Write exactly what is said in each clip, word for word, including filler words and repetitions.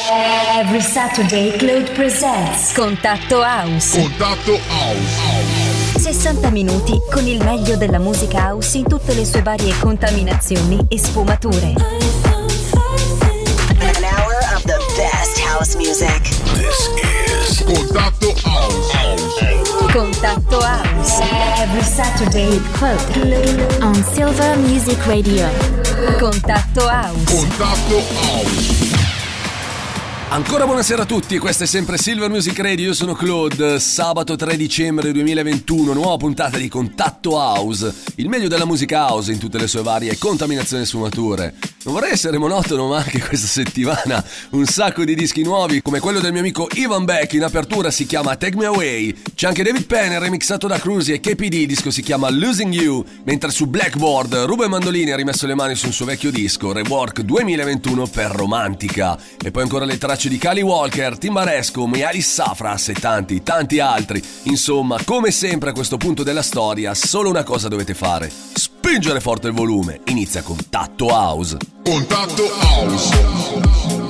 Every Saturday Claude presents Contatto House. Contatto House. sessanta minuti con il meglio della musica house in tutte le sue varie contaminazioni e sfumature. An hour of the best house music. This is Contatto House. Contatto House. Every Saturday with Claude on Silver Music Radio. Contatto House. Contatto House. Ancora buonasera a tutti, questa è sempre Silver Music Radio, io sono Claude. Sabato tre dicembre duemilaventuno, nuova puntata di Contatto House, il meglio della musica house in tutte le sue varie contaminazioni e sfumature. Non vorrei essere monotono, ma anche questa settimana un sacco di dischi nuovi, come quello del mio amico Ivan Beck, in apertura si chiama Take Me Away. C'è anche David Penn, remixato da Cruzy e K P D, il disco si chiama Losing You, mentre su Blackboard Ruben Mandolini ha rimesso le mani sul suo vecchio disco Rework duemilaventuno per Romantica. E poi ancora le tracce di Kali Walker, Timbaresco, Miali Safras e tanti, tanti altri. Insomma, come sempre a questo punto della storia, solo una cosa dovete fare: spingere forte il volume. Inizia Contatto House. Contatto House.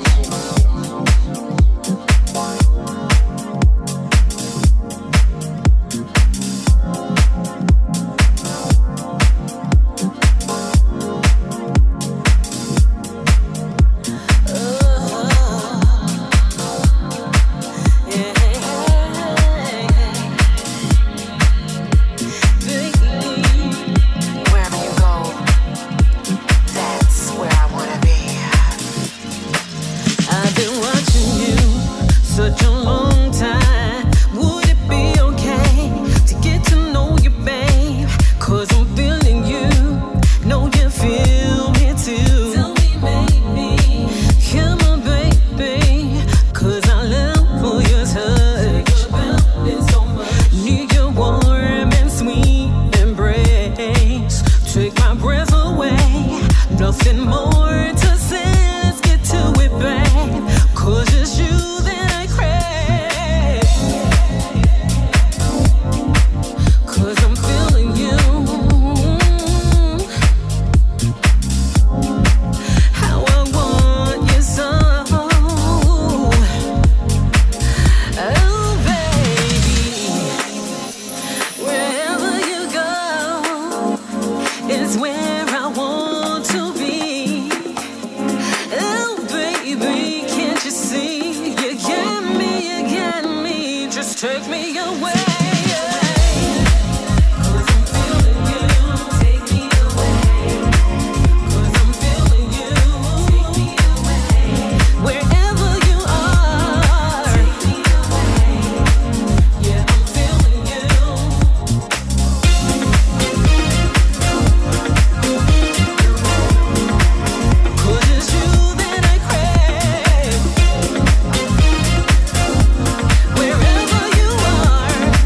Wherever you are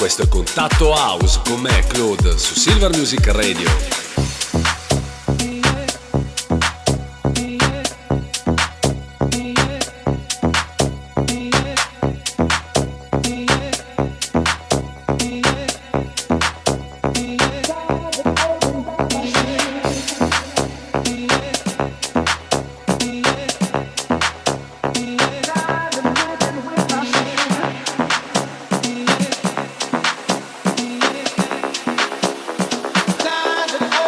Questo è Contatto House con me, Claude, su Silver Music Radio. Oh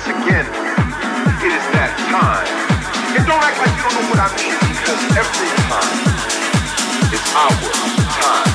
once again, it is that time. And don't act like you don't know what I mean, because every time is our time.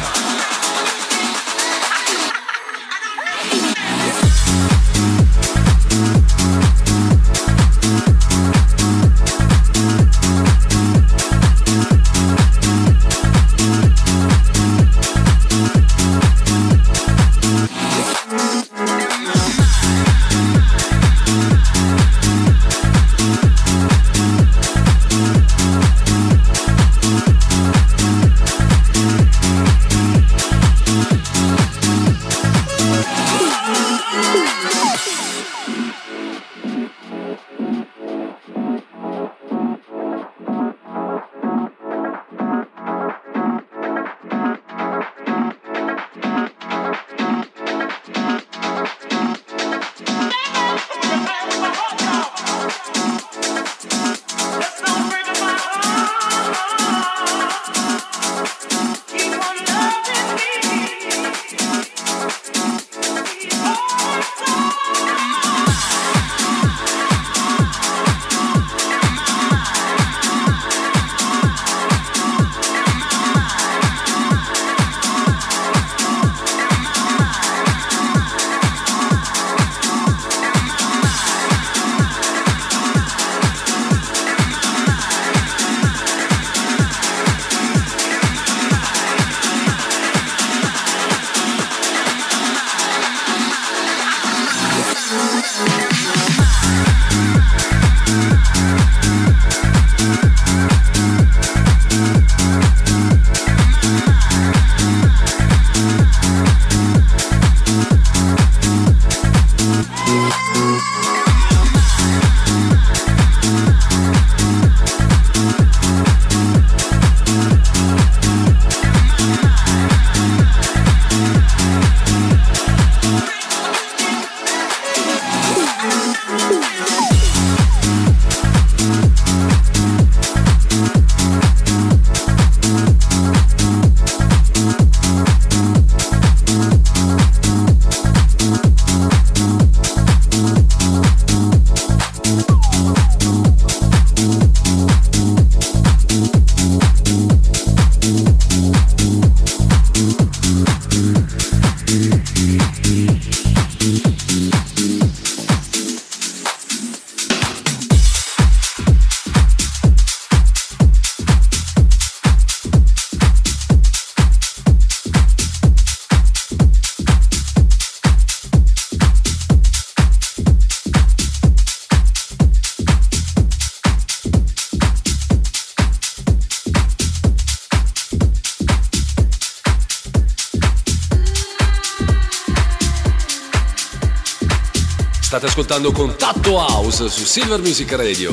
State ascoltando Contatto House su Silver Music Radio.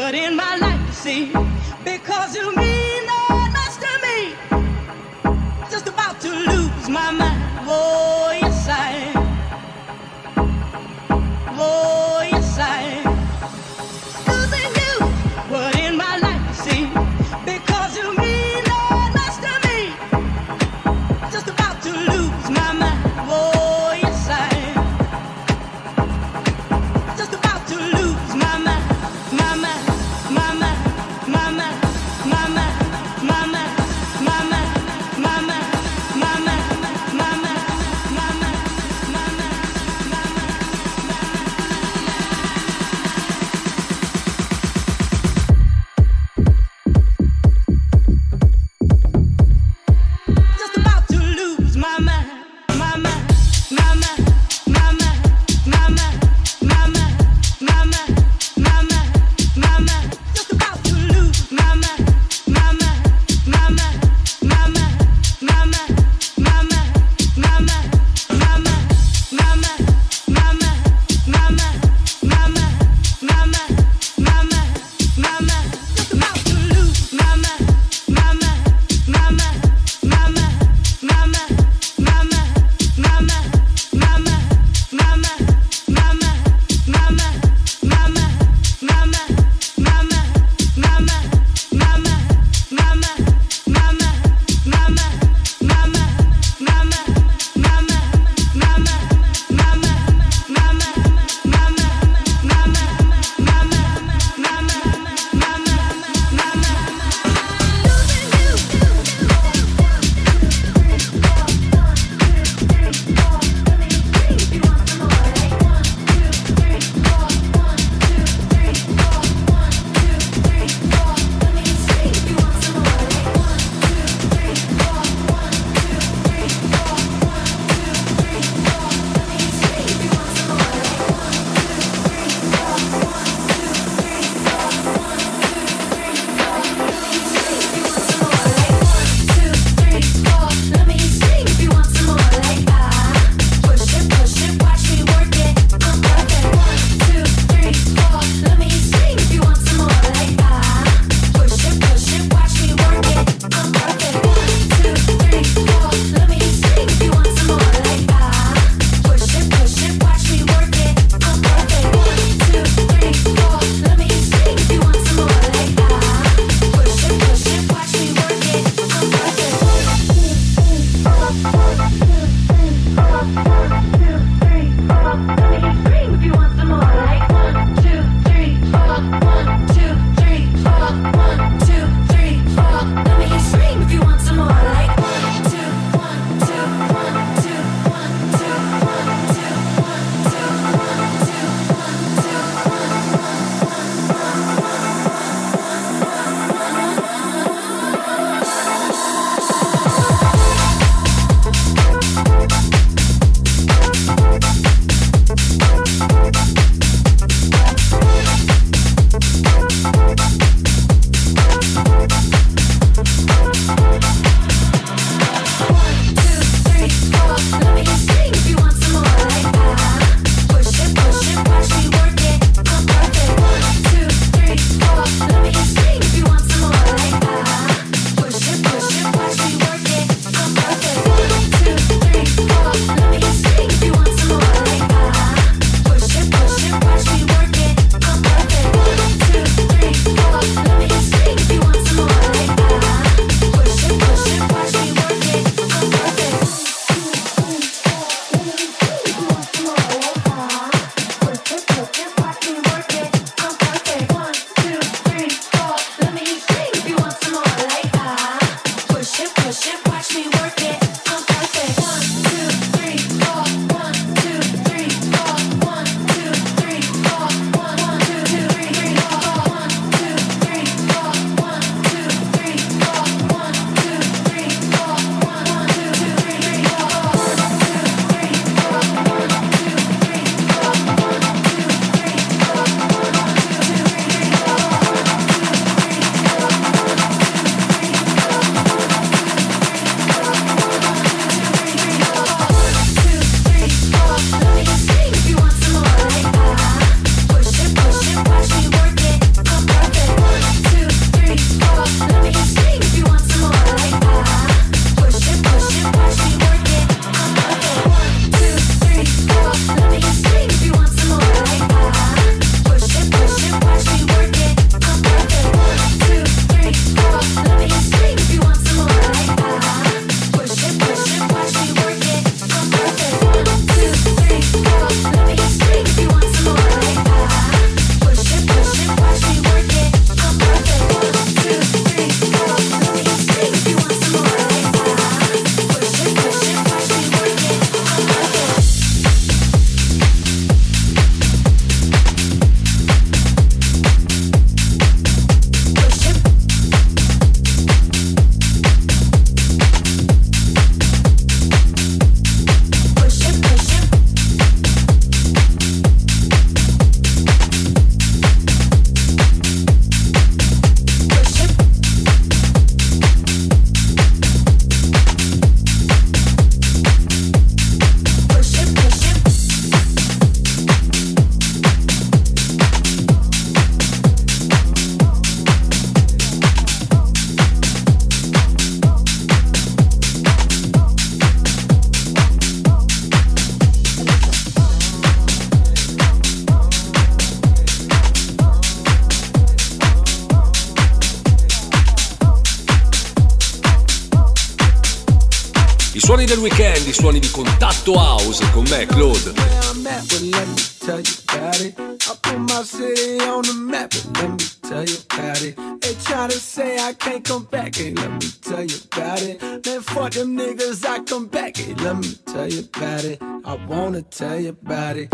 what in my life you see, because you mean that much to me. Just about to lose my mind. Oh, yes I am. Oh, yes I am. Losing you, what in my life you see, because you mean that much to me. Just about to lose my mind. Oh, yes I am. Just about to lose my mind, my mind, my mind, my mind, my mind, my mind, my mind, my mind, my mind, my mind. Suoni del weekend, i suoni di Contatto House con me, Claude. Tell you about it. I put my city on the map, but let me tell you about it. They try to say I can't come back, hey, let me tell you about it. Man, fuck them niggas, I come back, hey, let me tell you about it. I wanna tell you about it.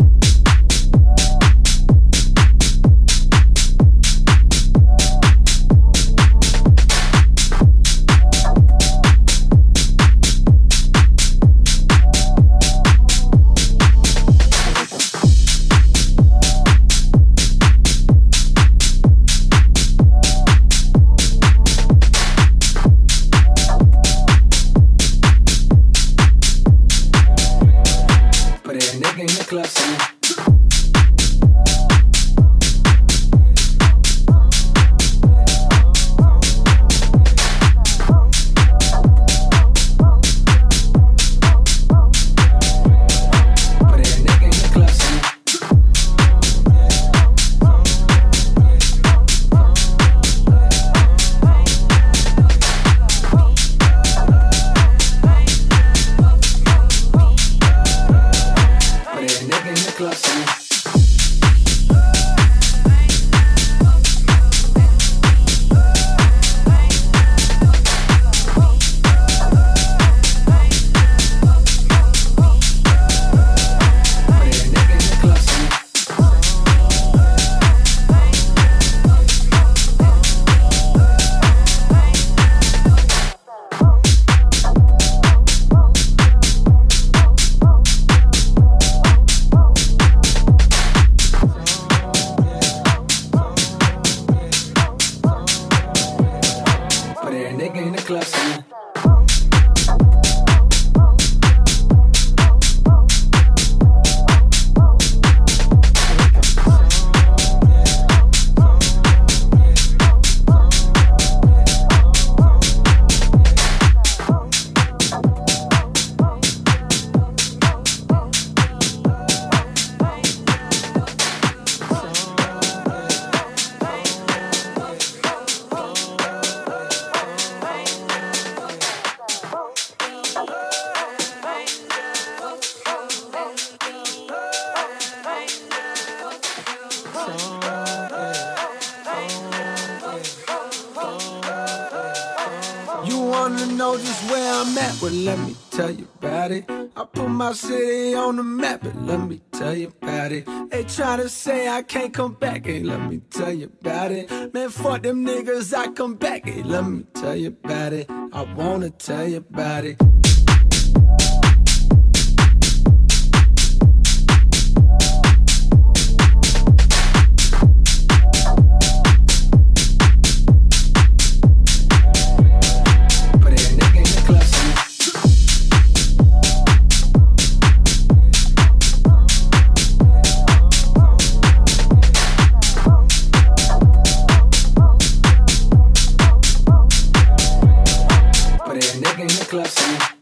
Well, let me tell you about it. I put my city on the map, but let me tell you about it. They try to say I can't come back, hey, let me tell you about it. Man, fuck them niggas, I come back, hey, let me tell you about it. I wanna tell you about it. Club scene.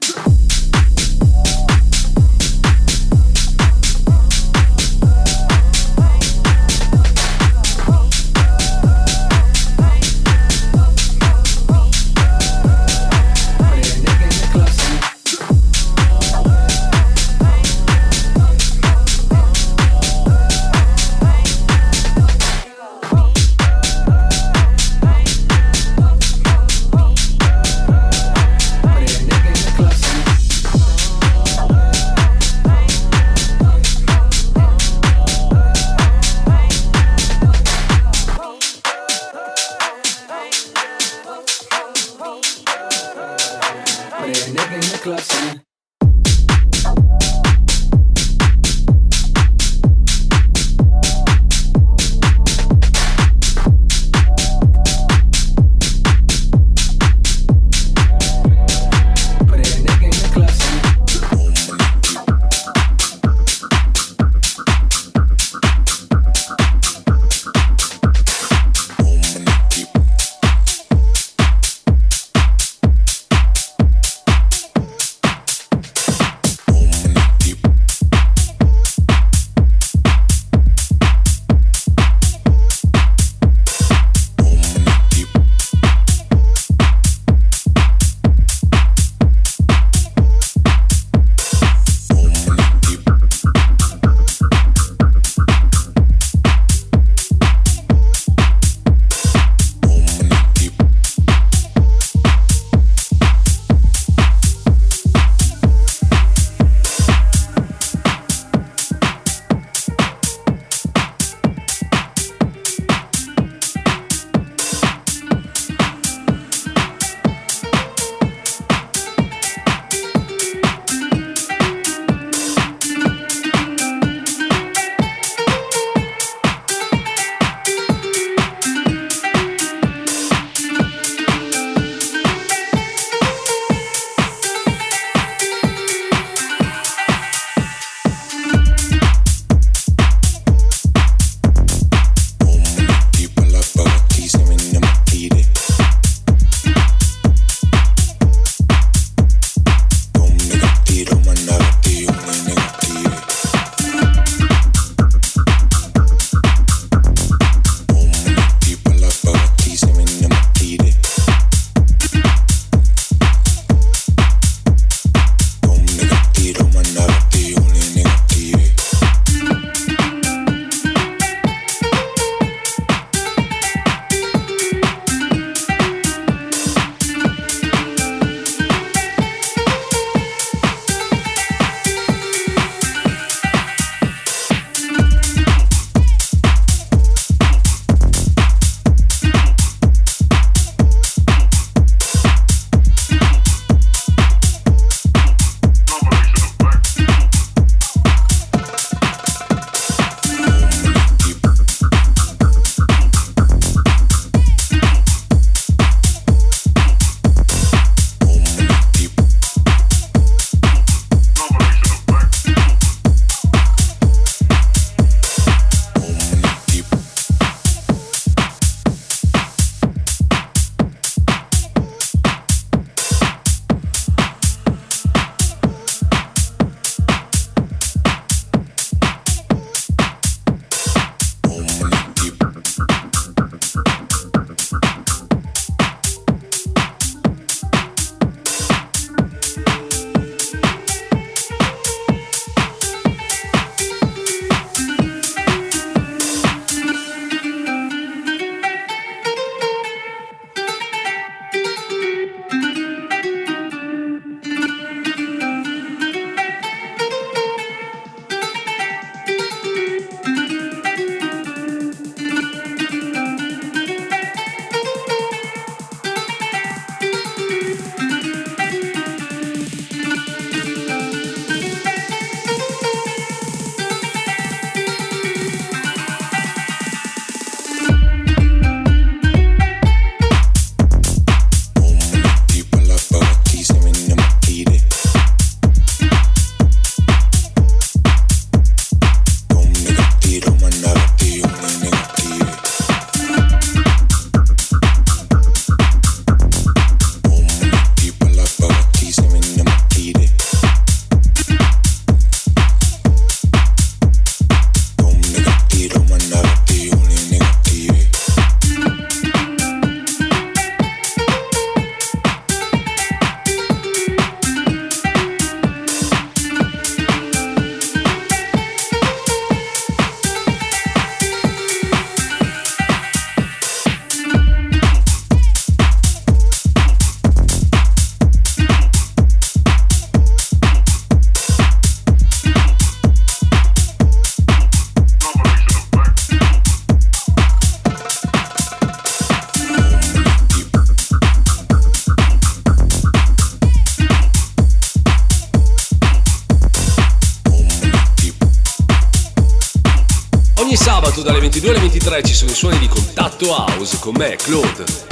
Ogni sabato dalle ventidue alle ventitré ci sono i suoni di Contatto House con me, Claude.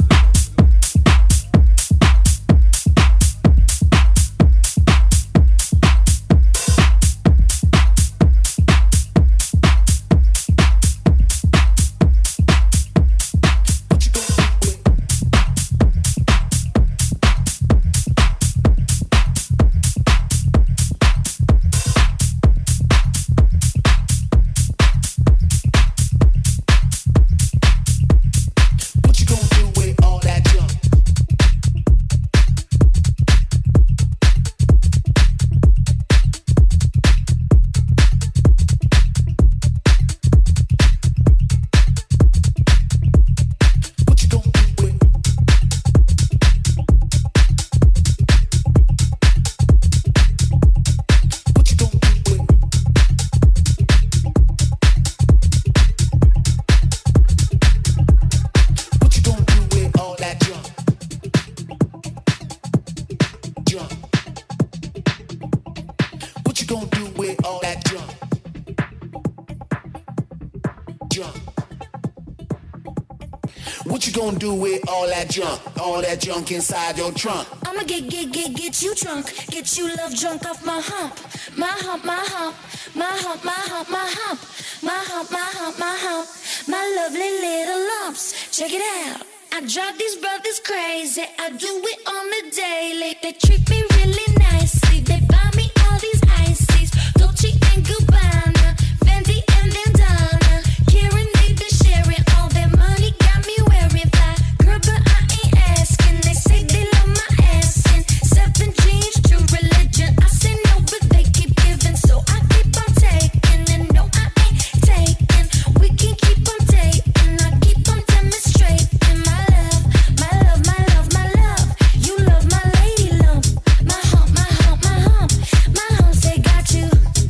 What you gonna do with all that junk, all that junk inside your trunk? I'ma get, get, get, get you drunk, get you love drunk off my hump, my hump, my hump, my hump, my hump, my hump, my hump, my hump, my hump, my lovely little lumps. Check it out. I drive these brothers crazy. I do it on the daily. They treat me really nicely. They buy me all these ices, Dolce and Gabbana, Fendi and Bandana, Karen, they the sharing. All their money got me wearing fly. Girl, but I ain't asking. They say they love my ass and seven jeans, true religion. I say no, but they keep giving, so I keep on taking. And no, I ain't taking. We can keep on dating. I keep on demonstrating my love, my love, my love, my love. You love my lady lump, my hump, my hump, my hump, my hump. They got you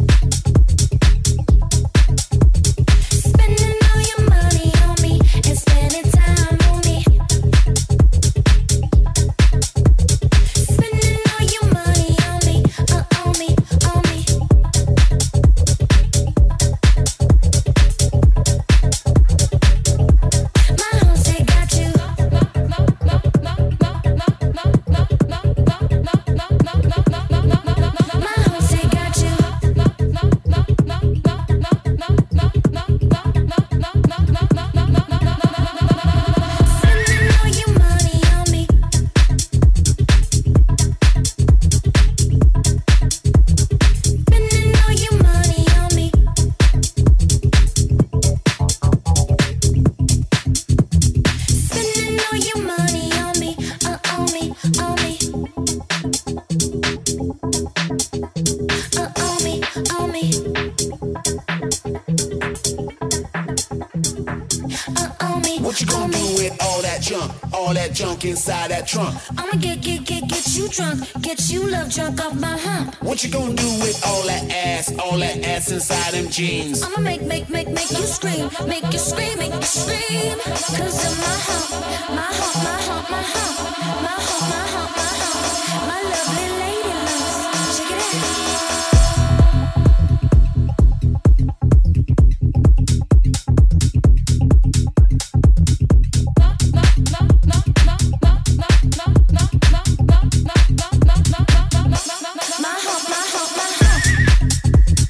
spending all your money on me and spending time on me. Spending all your money on me, uh, on me, on me. My hump, they got you. My hump, they got you. Spending all your money on me. Spending all your money on me. Spending all your money on me, uh, on me, on me. Uh, on me, on me. Uh, on me, What you on gonna me. do with all that junk, all that junk inside that trunk? I'ma get, get, get, get you drunk, get you love drunk off my hump. What you gonna do with all that ass, all that ass inside them jeans? I'ma make, make, make, make you scream, make you scream, make you scream. Cause of my hump, my hump, my hump, my hump, my hump, my hump, my hump, my lovely lady loves. Check it out. My hump, my hump, my hump.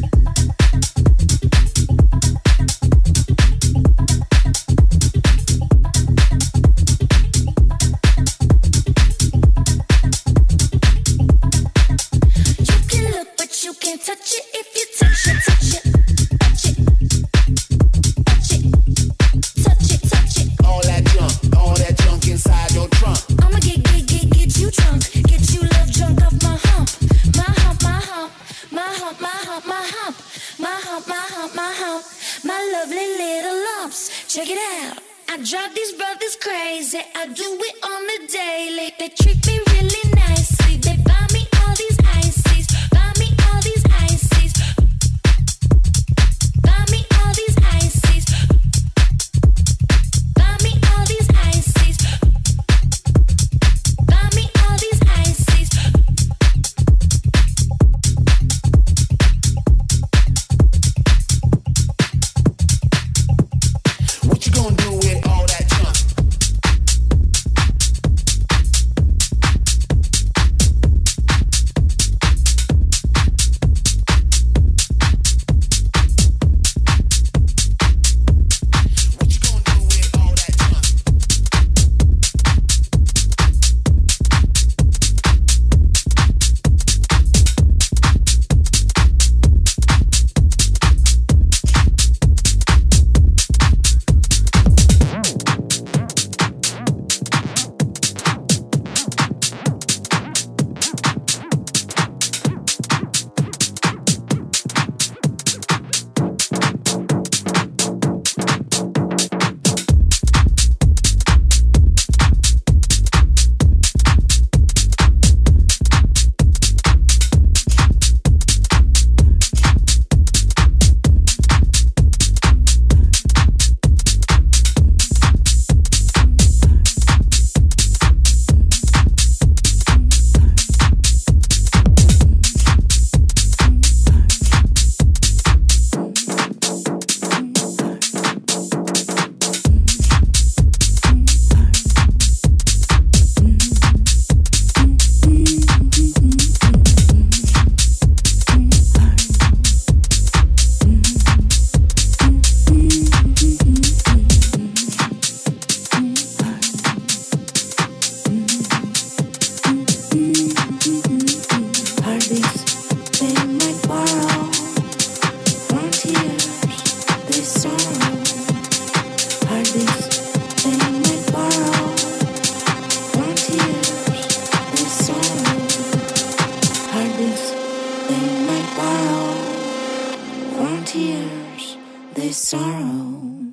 You can look, but you can't touch it if you touch it, touch it, touch it, touch it, touch it, touch it. All that junk, all that junk inside your trunk. I'ma get, get, get, get you drunk, get you love drunk off my hump, my hump, my hump, my hump, my hump, my hump, my hump, my hump, my hump, my lovely little lumps. Check it out. I drive these brothers crazy. I do it on the daily. They treat me really nicely. They buy me all these ices, buy me all these ices, buy me all these ices, buy me all these ices, buy me all these ices. they might borrow from tears they sorrow.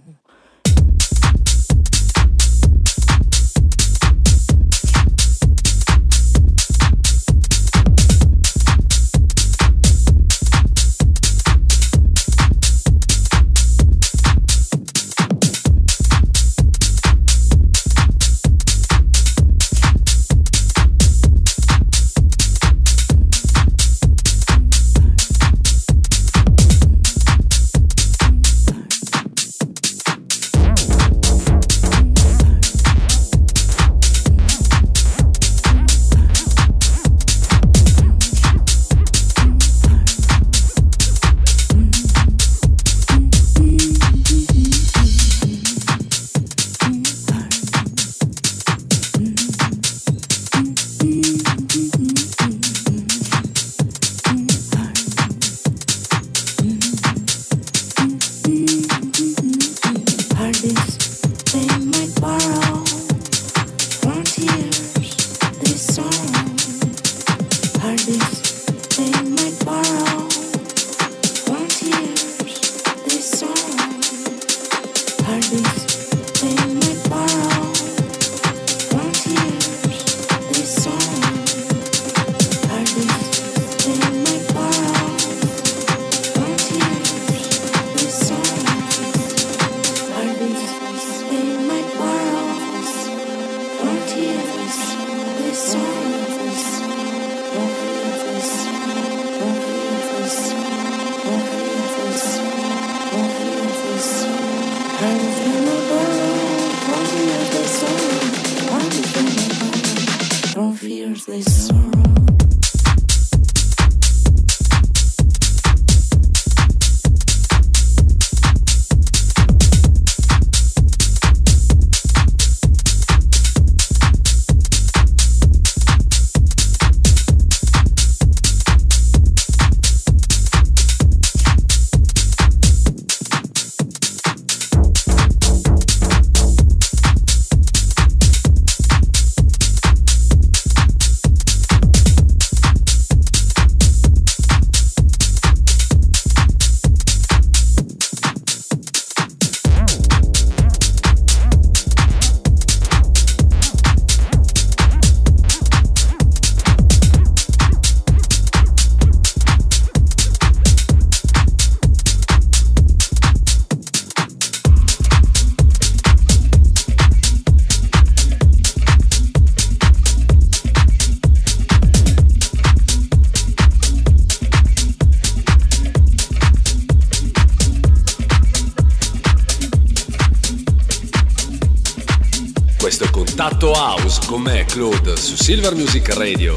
Contatto House con me, Claude, su Silver Music Radio.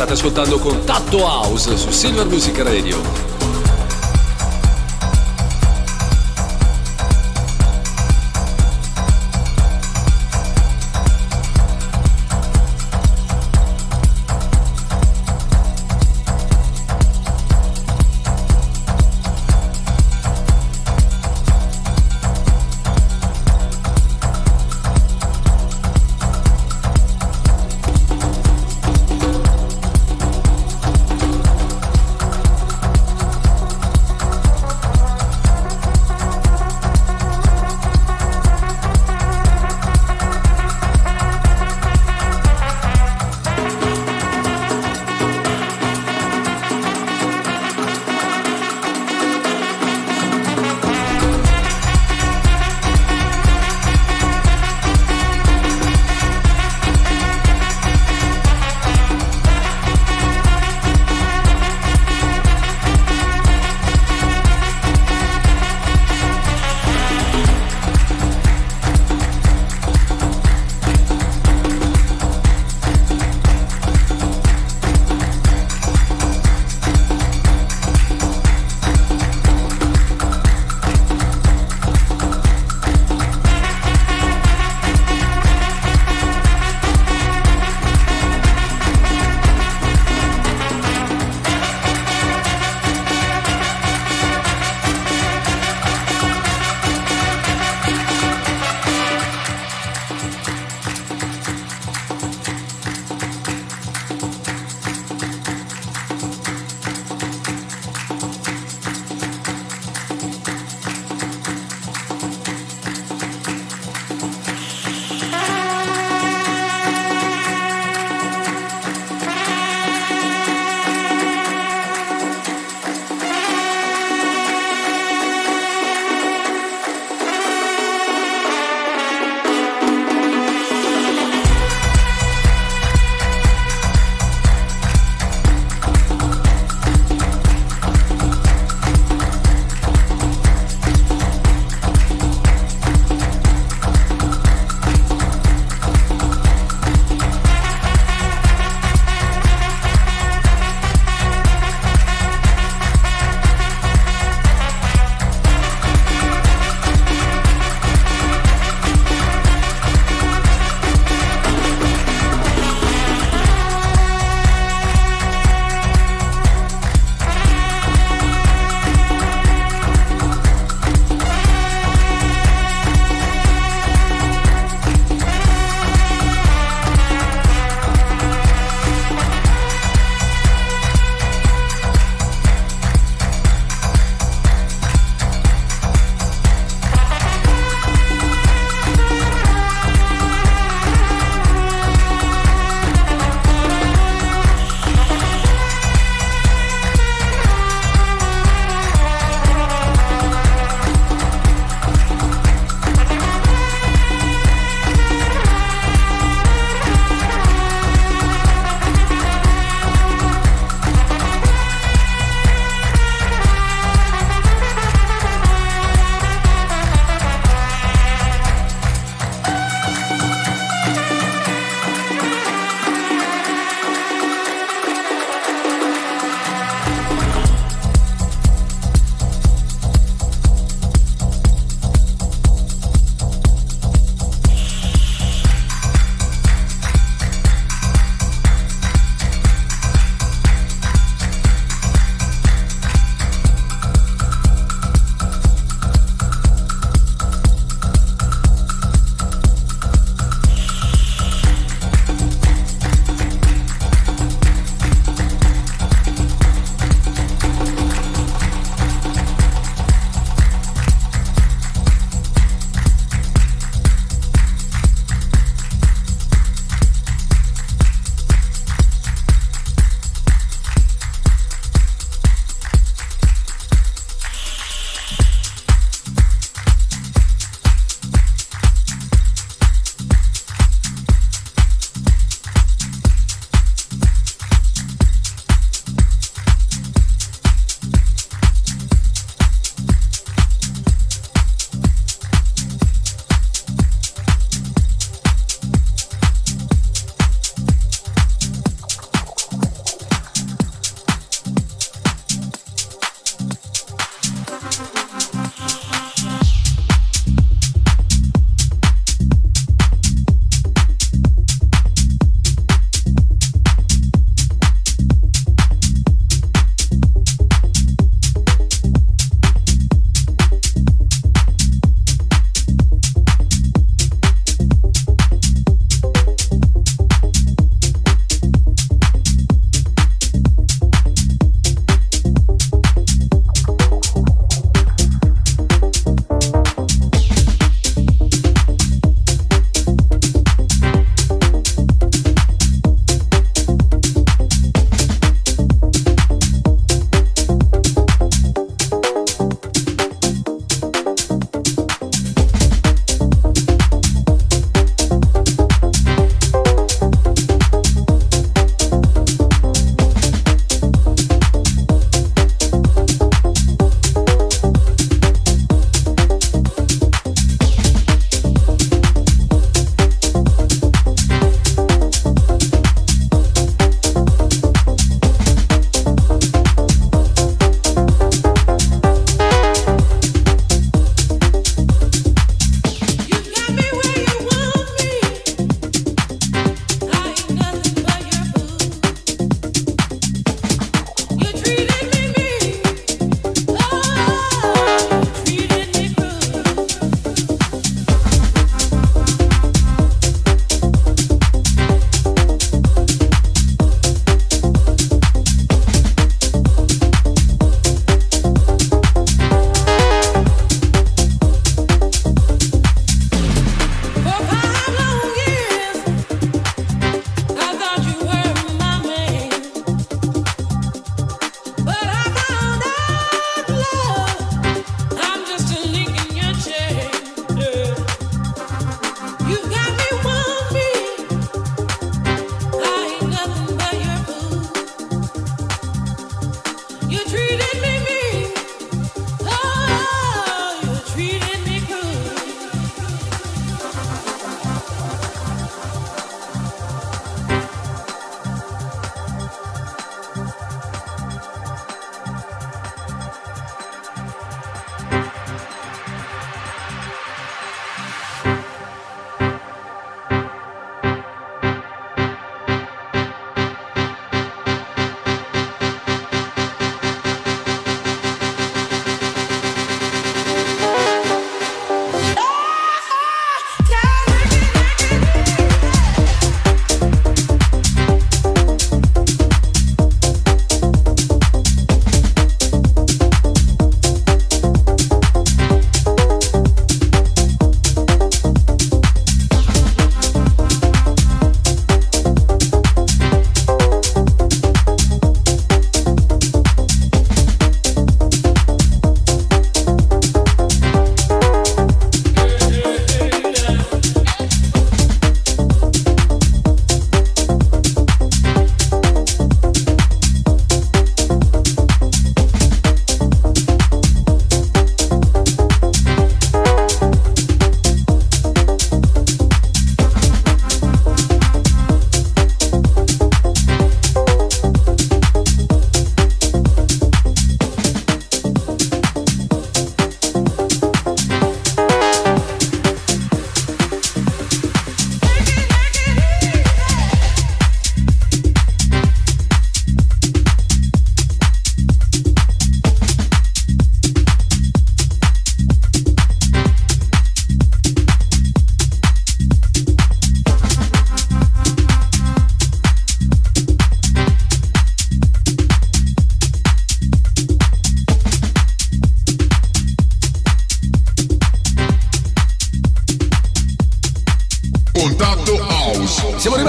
State ascoltando Contatto House su Silver Music Radio.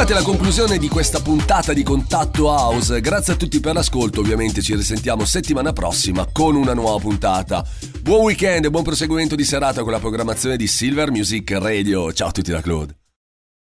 arrivati alla conclusione di questa puntata di Contatto House. Grazie a tutti per l'ascolto, ovviamente ci risentiamo settimana prossima con una nuova puntata. Buon weekend e buon proseguimento di serata con la programmazione di Silver Music Radio. Ciao a tutti da Claude.